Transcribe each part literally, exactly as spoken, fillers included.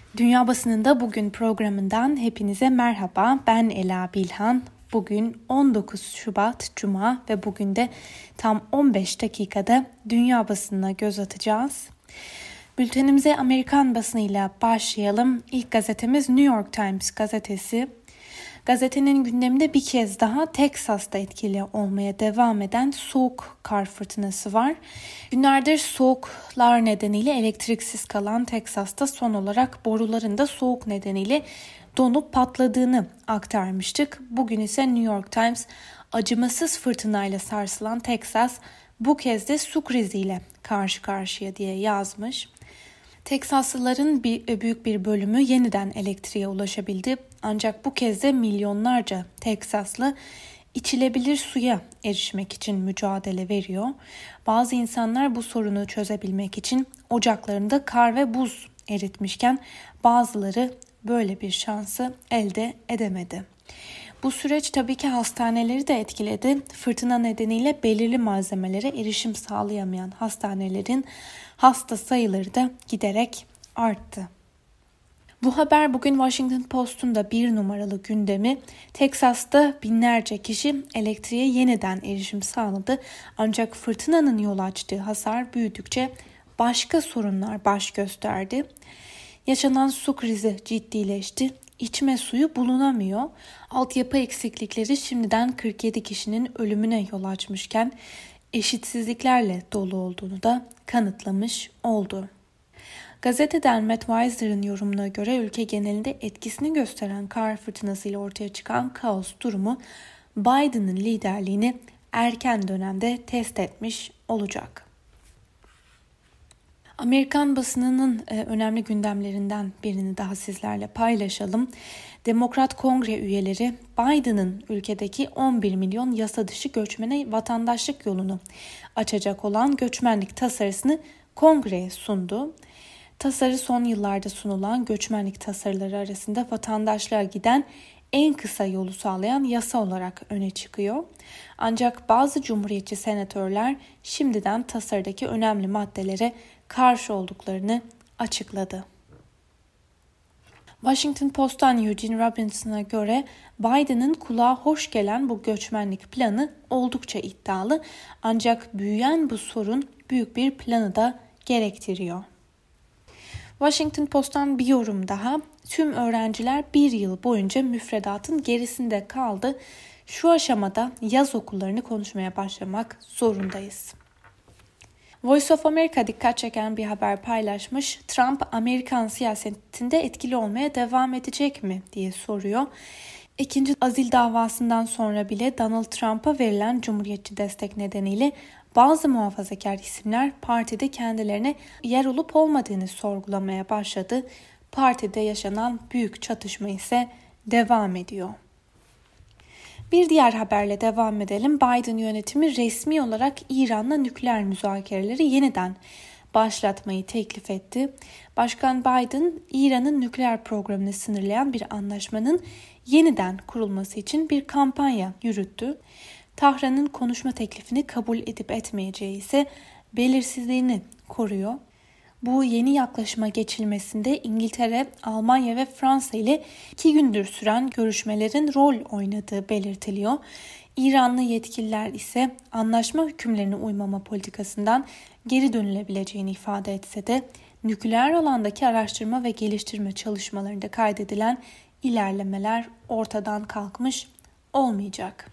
Dünya Basınında Bugün programından hepinize merhaba. Ben Ela Bilhan. Bugün on dokuz Şubat Cuma ve bugün de tam on beş dakikada dünya basınına göz atacağız. Bültenimize Amerikan basınıyla başlayalım. İlk gazetemiz New York Times gazetesi. Gazetenin gündeminde bir kez daha Teksas'ta etkili olmaya devam eden soğuk kar fırtınası var. Günlerdir soğuklar nedeniyle elektriksiz kalan Teksas'ta son olarak boruların da soğuk nedeniyle donup patladığını aktarmıştık. Bugün ise New York Times acımasız fırtınayla sarsılan Teksas bu kez de su kriziyle karşı karşıya diye yazmış. Teksaslıların bir, büyük bir bölümü yeniden elektriğe ulaşabildi. Ancak bu kez de milyonlarca Teksaslı içilebilir suya erişmek için mücadele veriyor. Bazı insanlar bu sorunu çözebilmek için ocaklarında kar ve buz eritmişken bazıları böyle bir şansı elde edemedi. Bu süreç tabii ki hastaneleri de etkiledi. Fırtına nedeniyle belirli malzemelere erişim sağlayamayan hastanelerin hasta sayıları da giderek arttı. Bu haber bugün Washington Post'un da bir numaralı gündemi. Teksas'ta binlerce kişi elektriğe yeniden erişim sağladı. Ancak fırtınanın yol açtığı hasar büyüdükçe başka sorunlar baş gösterdi. Yaşanan su krizi ciddileşti. İçme suyu bulunamıyor. Altyapı eksiklikleri şimdiden kırk yedi kişinin ölümüne yol açmışken eşitsizliklerle dolu olduğunu da kanıtlamış oldu. Gazeteden Matt Weiser'ın yorumuna göre ülke genelinde etkisini gösteren kar fırtınasıyla ortaya çıkan kaos durumu Biden'ın liderliğini erken dönemde test etmiş olacak. Amerikan basınının önemli gündemlerinden birini daha sizlerle paylaşalım. Demokrat Kongre üyeleri Biden'ın ülkedeki on bir milyon yasa dışı göçmene vatandaşlık yolunu açacak olan göçmenlik tasarısını Kongre'ye sundu. Tasarı son yıllarda sunulan göçmenlik tasarıları arasında vatandaşlığa giden en kısa yolu sağlayan yasa olarak öne çıkıyor. Ancak bazı cumhuriyetçi senatörler şimdiden tasarıdaki önemli maddelere karşı olduklarını açıkladı. Washington Post'tan Eugene Robinson'a göre Biden'ın kulağa hoş gelen bu göçmenlik planı oldukça iddialı, ancak büyüyen bu sorun büyük bir planı da gerektiriyor. Washington Post'tan bir yorum daha. Tüm öğrenciler bir yıl boyunca müfredatın gerisinde kaldı. Şu aşamada yaz okullarını konuşmaya başlamak zorundayız. Voice of America dikkat çeken bir haber paylaşmış. Trump Amerikan siyasetinde etkili olmaya devam edecek mi diye soruyor. İkinci azil davasından sonra bile Donald Trump'a verilen cumhuriyetçi destek nedeniyle bazı muhafazakar isimler partide kendilerine yer olup olmadığını sorgulamaya başladı. Partide yaşanan büyük çatışma ise devam ediyor. Bir diğer haberle devam edelim. Biden yönetimi resmi olarak İran'la nükleer müzakereleri yeniden başlatmayı teklif etti. Başkan Biden, İran'ın nükleer programını sınırlayan bir anlaşmanın yeniden kurulması için bir kampanya yürüttü. Tahran'ın konuşma teklifini kabul edip etmeyeceği ise belirsizliğini koruyor. Bu yeni yaklaşıma geçilmesinde İngiltere, Almanya ve Fransa ile iki gündür süren görüşmelerin rol oynadığı belirtiliyor. İranlı yetkililer ise anlaşma hükümlerine uymama politikasından geri dönülebileceğini ifade etse de nükleer alandaki araştırma ve geliştirme çalışmalarında kaydedilen ilerlemeler ortadan kalkmış olmayacak.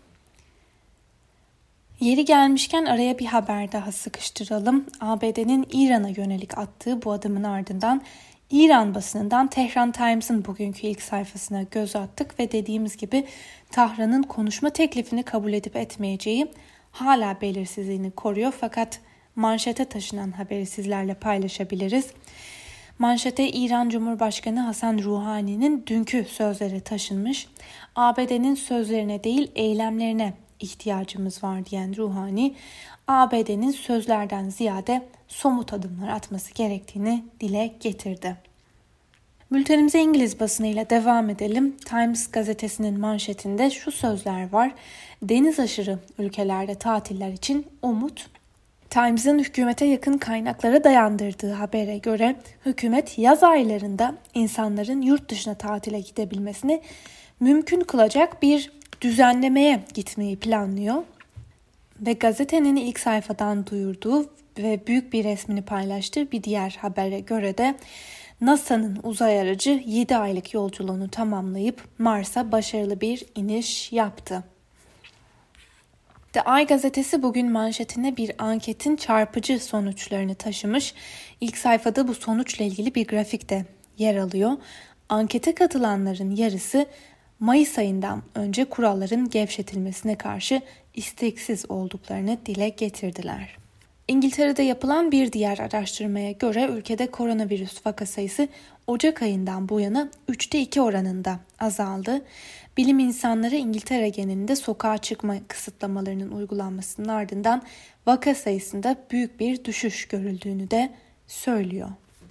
Yeri gelmişken araya bir haber daha sıkıştıralım. A B D'nin İran'a yönelik attığı bu adımın ardından İran basınından Tehran Times'ın bugünkü ilk sayfasına göz attık ve dediğimiz gibi Tahran'ın konuşma teklifini kabul edip etmeyeceği hala belirsizliğini koruyor, fakat manşete taşınan haberi sizlerle paylaşabiliriz. Manşete İran Cumhurbaşkanı Hasan Ruhani'nin dünkü sözleri taşınmış. A B D'nin sözlerine değil eylemlerine ihtiyacımız var diyen Ruhani, A B D'nin sözlerden ziyade somut adımlar atması gerektiğini dile getirdi. Bültenimize İngiliz basınıyla devam edelim. Times gazetesinin manşetinde şu sözler var. Deniz aşırı ülkelerde tatiller için umut. Times'ın hükümete yakın kaynaklara dayandırdığı habere göre hükümet yaz aylarında insanların yurt dışına tatile gidebilmesini mümkün kılacak bir düzenlemeye gitmeyi planlıyor. Ve gazetenin ilk sayfadan duyurduğu ve büyük bir resmini paylaştığı bir diğer habere göre de NASA'nın uzay aracı yedi aylık yolculuğunu tamamlayıp Mars'a başarılı bir iniş yaptı. The Eye gazetesi bugün manşetine bir anketin çarpıcı sonuçlarını taşımış. İlk sayfada bu sonuçla ilgili bir grafik de yer alıyor. Ankete katılanların yarısı Mayıs ayından önce kuralların gevşetilmesine karşı isteksiz olduklarını dile getirdiler. İngiltere'de yapılan bir diğer araştırmaya göre ülkede koronavirüs vaka sayısı Ocak ayından bu yana üçte iki oranında azaldı. Bilim insanları İngiltere genelinde sokağa çıkma kısıtlamalarının uygulanmasının ardından vaka sayısında büyük bir düşüş görüldüğünü de söylüyor.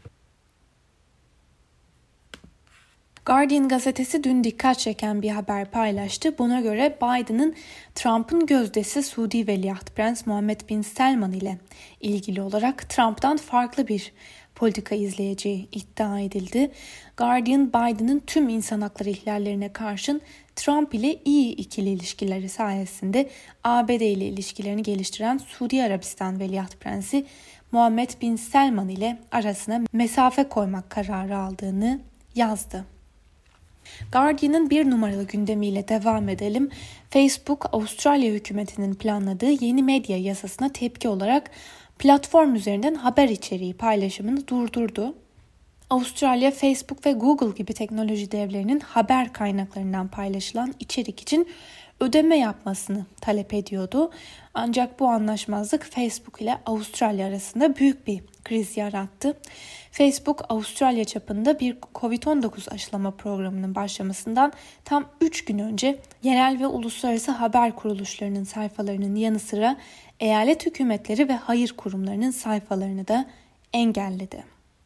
Guardian gazetesi dün dikkat çeken bir haber paylaştı. Buna göre Biden'ın Trump'ın gözdesi Suudi Veliaht Prens Muhammed Bin Selman ile ilgili olarak Trump'tan farklı bir politika izleyeceği iddia edildi. Guardian, Biden'ın tüm insan hakları ihlallerine karşın Trump ile iyi ikili ilişkileri sayesinde A B D ile ilişkilerini geliştiren Suudi Arabistan Veliaht Prensi Muhammed Bin Selman ile arasına mesafe koymak kararı aldığını yazdı. Guardian'ın bir numaralı gündemiyle devam edelim. Facebook, Avustralya hükümetinin planladığı yeni medya yasasına tepki olarak platform üzerinden haber içeriği paylaşımını durdurdu. Avustralya, Facebook ve Google gibi teknoloji devlerinin haber kaynaklarından paylaşılan içerik için ödeme yapmasını talep ediyordu. Ancak bu anlaşmazlık Facebook ile Avustralya arasında büyük bir kriz yarattı. Facebook, Avustralya çapında bir kovid on dokuz aşılama programının başlamasından tam üç gün önce yerel ve uluslararası haber kuruluşlarının sayfalarının yanı sıra eyalet hükümetleri ve hayır kurumlarının sayfalarını da engelledi.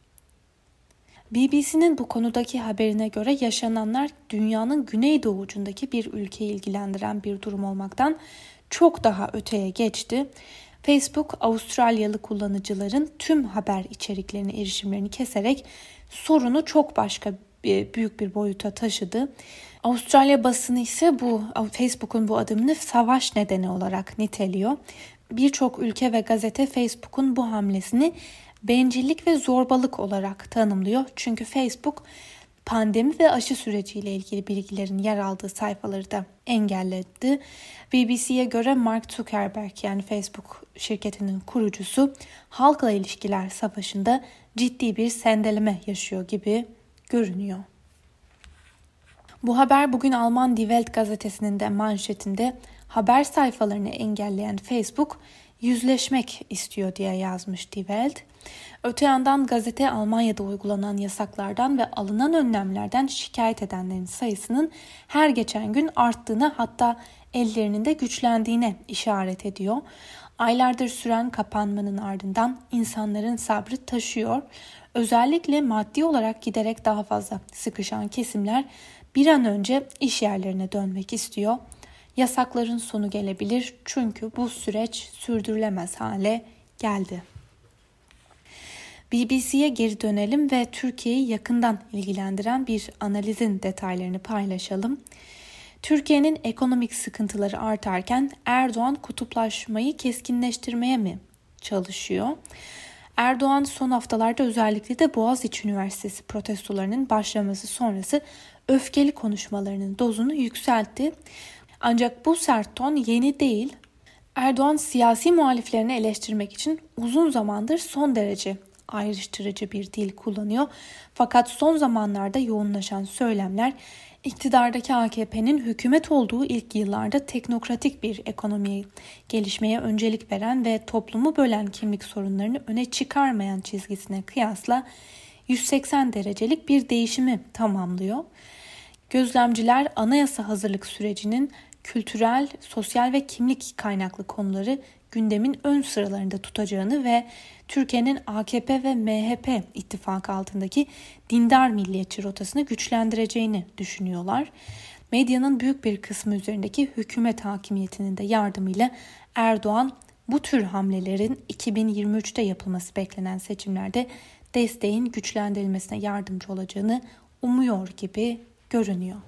B B C'nin bu konudaki haberine göre yaşananlar dünyanın güneydoğu ucundaki bir ülkeyi ilgilendiren bir durum olmaktan çok daha öteye geçti. Facebook, Avustralyalı kullanıcıların tüm haber içeriklerine erişimlerini keserek sorunu çok başka bir, büyük bir boyuta taşıdı. Avustralya basını ise bu Facebook'un bu adımını savaş nedeni olarak niteliyor. Birçok ülke ve gazete Facebook'un bu hamlesini bencillik ve zorbalık olarak tanımlıyor. Çünkü Facebook pandemi ve aşı süreciyle ilgili bilgilerin yer aldığı sayfaları da engelledi. B B C'ye göre Mark Zuckerberg, yani Facebook şirketinin kurucusu, halkla ilişkiler savaşında ciddi bir sendeleme yaşıyor gibi görünüyor. Bu haber bugün Alman Die Welt gazetesinin de manşetinde haber sayfalarını engelleyen Facebook yüzleşmek istiyor diye yazmış Die Welt. Öte yandan gazete Almanya'da uygulanan yasaklardan ve alınan önlemlerden şikayet edenlerin sayısının her geçen gün arttığına, hatta ellerinin de güçlendiğine işaret ediyor. Aylardır süren kapanmanın ardından insanların sabrı taşıyor. Özellikle maddi olarak giderek daha fazla sıkışan kesimler bir an önce iş yerlerine dönmek istiyor. Yasakların sonu gelebilir çünkü bu süreç sürdürülemez hale geldi. B B C'ye geri dönelim ve Türkiye'yi yakından ilgilendiren bir analizin detaylarını paylaşalım. Türkiye'nin ekonomik sıkıntıları artarken Erdoğan kutuplaşmayı keskinleştirmeye mi çalışıyor? Erdoğan son haftalarda özellikle de Boğaziçi Üniversitesi protestolarının başlaması sonrası öfkeli konuşmalarının dozunu yükseltti. Ancak bu sert ton yeni değil. Erdoğan siyasi muhaliflerini eleştirmek için uzun zamandır son derece ayrıştırıcı bir dil kullanıyor. Fakat son zamanlarda yoğunlaşan söylemler iktidardaki A K P'nin hükümet olduğu ilk yıllarda teknokratik bir ekonomiye gelişmeye öncelik veren ve toplumu bölen kimlik sorunlarını öne çıkarmayan çizgisine kıyasla yüz seksen derecelik bir değişimi tamamlıyor. Gözlemciler anayasa hazırlık sürecinin kültürel, sosyal ve kimlik kaynaklı konuları gündemin ön sıralarında tutacağını ve Türkiye'nin A K P ve M H P ittifakı altındaki dindar milliyetçi rotasını güçlendireceğini düşünüyorlar. Medyanın büyük bir kısmı üzerindeki hükümet hakimiyetinin de yardımıyla Erdoğan bu tür hamlelerin iki bin yirmi üçte yapılması beklenen seçimlerde desteğin güçlendirilmesine yardımcı olacağını umuyor gibi görünüyor.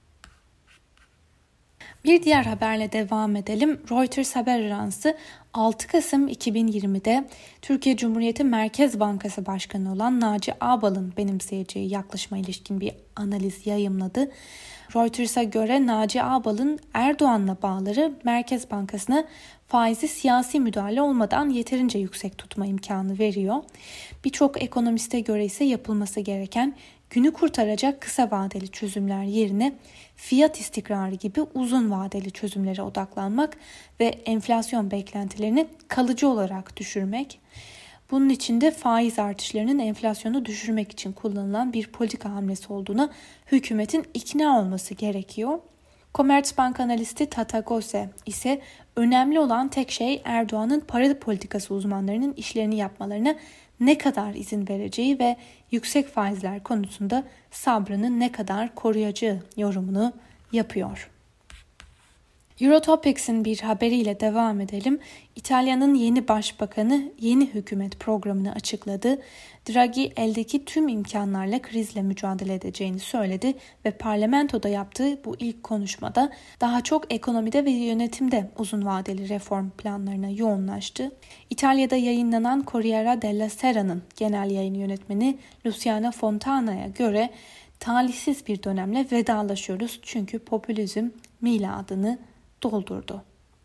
Bir diğer haberle devam edelim. Reuters haber ajansı altı Kasım iki bin yirmide Türkiye Cumhuriyeti Merkez Bankası Başkanı olan Naci Ağbal'ın benimseyeceği yaklaşıma ilişkin bir analiz yayımladı. Reuters'a göre Naci Ağbal'ın Erdoğan'la bağları Merkez Bankası'na faizi siyasi müdahale olmadan yeterince yüksek tutma imkanı veriyor. Birçok ekonomiste göre ise yapılması gereken günü kurtaracak kısa vadeli çözümler yerine fiyat istikrarı gibi uzun vadeli çözümlere odaklanmak ve enflasyon beklentilerini kalıcı olarak düşürmek. Bunun için de faiz artışlarının enflasyonu düşürmek için kullanılan bir politika hamlesi olduğuna hükümetin ikna olması gerekiyor. Commerzbank analisti Tata Gose ise önemli olan tek şey Erdoğan'ın para politikası uzmanlarının işlerini yapmalarına ne kadar izin vereceği ve yüksek faizler konusunda sabrını ne kadar koruyacağı yorumunu yapıyor. Eurotopics'in bir haberiyle devam edelim. İtalya'nın yeni başbakanı yeni hükümet programını açıkladı. Draghi eldeki tüm imkanlarla krizle mücadele edeceğini söyledi ve parlamentoda yaptığı bu ilk konuşmada daha çok ekonomide ve yönetimde uzun vadeli reform planlarına yoğunlaştı. İtalya'da yayınlanan Corriere della Sera'nın genel yayın yönetmeni Luciana Fontana'ya göre talihsiz bir dönemle vedalaşıyoruz çünkü popülizm miladını doldurdu.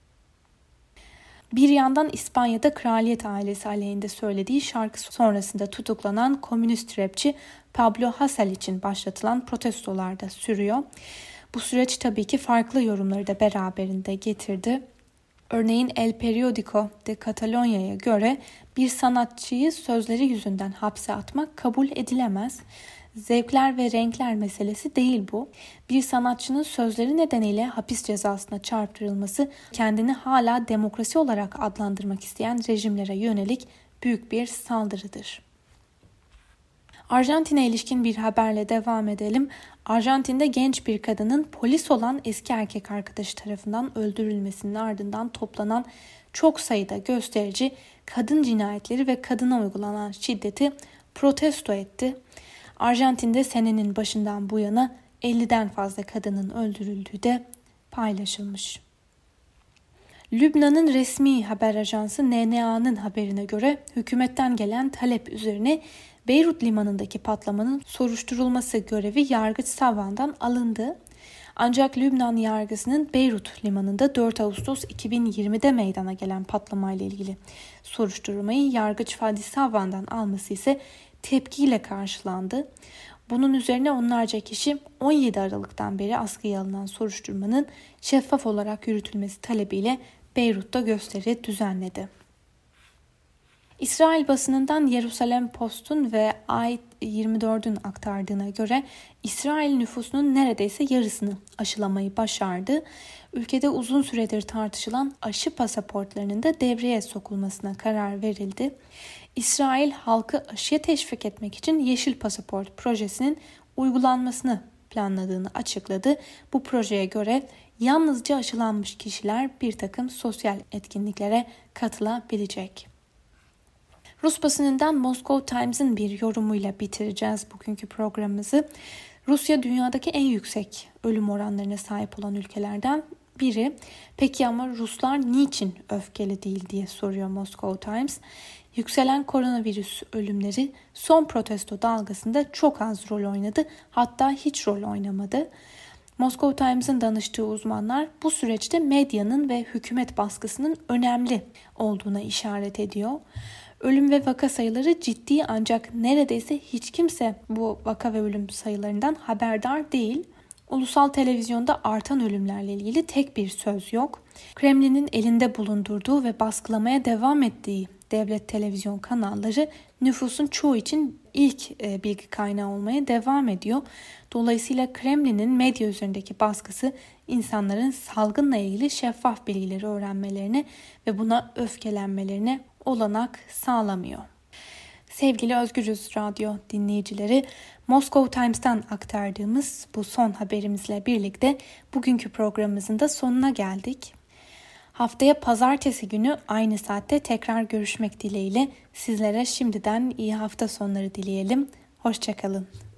Bir yandan İspanya'da kraliyet ailesi aleyhinde söylediği şarkı sonrasında tutuklanan komünist rapçi Pablo Hasél için başlatılan protestolar da sürüyor. Bu süreç tabii ki farklı yorumları da beraberinde getirdi. Örneğin El Periódico de Catalunya'ya göre bir sanatçıyı sözleri yüzünden hapse atmak kabul edilemez. Zevkler ve renkler meselesi değil bu. Bir sanatçının sözleri nedeniyle hapis cezasına çarptırılması kendini hala demokrasi olarak adlandırmak isteyen rejimlere yönelik büyük bir saldırıdır. Arjantin'e ilişkin bir haberle devam edelim. Arjantin'de genç bir kadının polis olan eski erkek arkadaşı tarafından öldürülmesinin ardından toplanan çok sayıda gösterici kadın cinayetleri ve kadına uygulanan şiddeti protesto etti. Arjantin'de senenin başından bu yana elliden fazla kadının öldürüldüğü de paylaşılmış. Lübnan'ın resmi haber ajansı N N A'nın haberine göre hükümetten gelen talep üzerine Beyrut limanındaki patlamanın soruşturulması görevi yargıç Savvan'dan alındı. Ancak Lübnan yargısının Beyrut limanında dört Ağustos iki bin yirmide meydana gelen patlamayla ilgili soruşturmayı yargıç Fadi Savvan'dan alması ise tepkiyle karşılandı. Bunun üzerine onlarca kişi on yedi Aralık'tan beri askıya alınan soruşturmanın şeffaf olarak yürütülmesi talebiyle Beyrut'ta gösteri düzenledi. İsrail basınından Jerusalem Post'un ve Ay yirmi dördün aktardığına göre İsrail nüfusunun neredeyse yarısını aşılamayı başardı. Ülkede uzun süredir tartışılan aşı pasaportlarının da devreye sokulmasına karar verildi. İsrail halkı aşıya teşvik etmek için Yeşil Pasaport projesinin uygulanmasını planladığını açıkladı. Bu projeye göre yalnızca aşılanmış kişiler bir takım sosyal etkinliklere katılabilecek. Rus basınından Moscow Times'ın bir yorumuyla bitireceğiz bugünkü programımızı. Rusya dünyadaki en yüksek ölüm oranlarına sahip olan ülkelerden biri. Peki ama Ruslar niçin öfkeli değil diye soruyor Moscow Times. Yükselen koronavirüs ölümleri son protesto dalgasında çok az rol oynadı, hatta hiç rol oynamadı. Moscow Times'ın danıştığı uzmanlar bu süreçte medyanın ve hükümet baskısının önemli olduğuna işaret ediyor. Ölüm ve vaka sayıları ciddi ancak neredeyse hiç kimse bu vaka ve ölüm sayılarından haberdar değil. Ulusal televizyonda artan ölümlerle ilgili tek bir söz yok. Kremlin'in elinde bulundurduğu ve baskılamaya devam ettiği devlet televizyon kanalları nüfusun çoğu için ilk e, bilgi kaynağı olmaya devam ediyor. Dolayısıyla Kremlin'in medya üzerindeki baskısı insanların salgınla ilgili şeffaf bilgileri öğrenmelerine ve buna öfkelenmelerine olanak sağlamıyor. Sevgili Özgürüz Radyo dinleyicileri, Moscow Times'tan aktardığımız bu son haberimizle birlikte bugünkü programımızın da sonuna geldik. Haftaya pazartesi günü aynı saatte tekrar görüşmek dileğiyle sizlere şimdiden iyi hafta sonları dileyelim. Hoşça kalın.